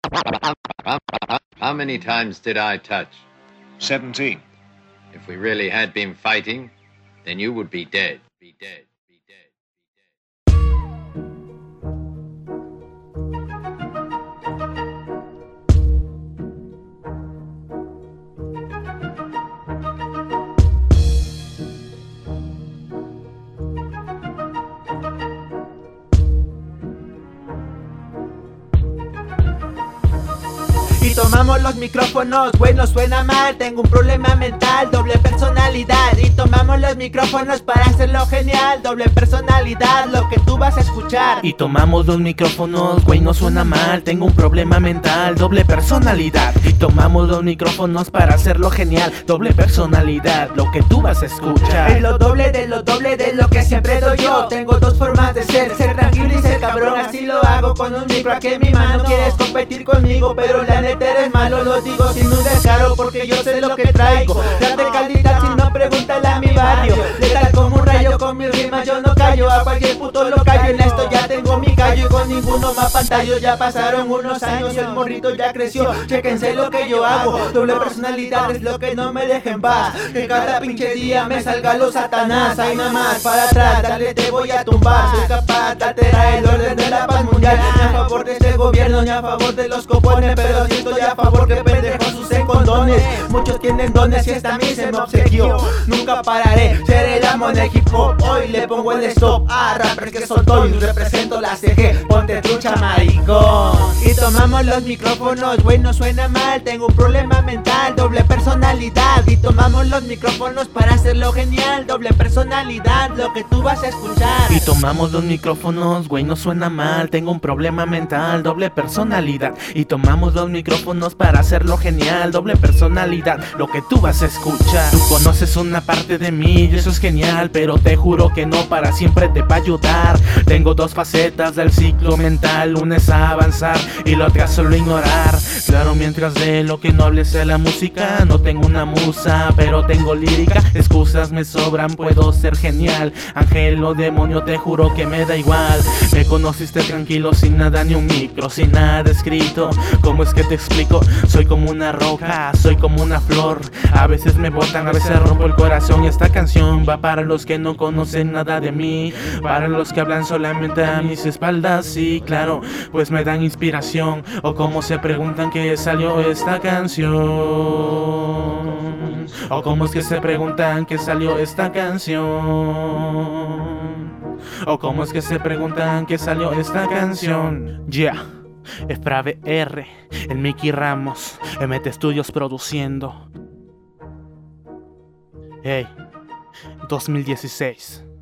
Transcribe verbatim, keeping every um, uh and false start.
How many times did I touch? Seventeen. If we really had been fighting, then you would be dead. Be dead. Be dead. Y tomamos los micrófonos, güey, no suena mal. Tengo un problema mental, doble personalidad. Y tomamos los micrófonos para hacerlo genial. Doble personalidad, lo que tú vas a escuchar. Y tomamos los micrófonos, güey, no suena mal. Tengo un problema mental, doble personalidad. Y tomamos los micrófonos para hacerlo genial. Doble personalidad, lo que tú vas a escuchar. Es lo doble de lo doble de lo que siempre doy yo. Tengo dos formas de ser, ser tranquilo y ser cabrón. Así lo hago con un micro aquí en mi mano. Quieres competir conmigo, pero la neta eres malo, lo digo sin un descaro porque yo sé lo que traigo. Date calidad si no, pregúntale a mi barrio. Letal como un rayo, con mis rimas yo no callo. A cualquier puto lo callo, en esto ya tengo mi callo. Y con ninguno más pantallo, ya pasaron unos años. El morrito ya creció, chéquense lo que yo hago. Doble personalidad es lo que no me deja en paz. Que cada pinche día me salga los satanás. Hay nada más para atrás, dale te voy a tumbar. Soy capaz de alterar el orden de la paz mundial. Ni a favor de este gobierno, ni a favor de los copones, pero si estoy a favor que pendejos usen condones. Muchos tienen dones y esta a mí se me obsequió. Nunca pararé, seré el amo en el hip hop. Hoy le pongo el stop a rappers que soltó y represento la C G. Ponte trucha, maricón. Y tomamos los micrófonos, güey, no suena mal. Tengo un problema mental, doble personalidad. Y tomamos los micrófonos para hacerlo genial. Doble personalidad, lo que tú vas a escuchar. Y tomamos los micrófonos, güey, no suena mal. Tengo un problema mental, doble personalidad. Y tomamos los micrófonos para hacerlo genial. Doble personalidad, lo que tú vas a escuchar. Tú conoces una parte de mí y eso es genial, pero te juro que no para siempre te va a ayudar. Tengo dos facetas del ciclo mental. Una es avanzar y la otra solo ignorar. Claro, mientras de lo que no hables de la música. No tengo una musa, pero tengo lírica. Excusas me sobran, puedo ser genial. Ángel o demonio, te juro que me da igual. Me conociste tranquilo, sin nada ni un micro, sin nada escrito. ¿Cómo es que te explico? Soy como una roca, soy como una flor. A veces me botan, a veces rompo el corazón. Y esta canción va para los que no conocen nada de mí, para los que hablan solamente a mis espaldas. Sí, claro, pues me dan inspiración. O como se preguntan que salió esta canción. O como es que se preguntan que salió esta canción. O como es que se preguntan que salió esta canción. Yeah. Efrave R, el Mickey Ramos, M T Studios produciendo. Hey, dos mil dieciséis.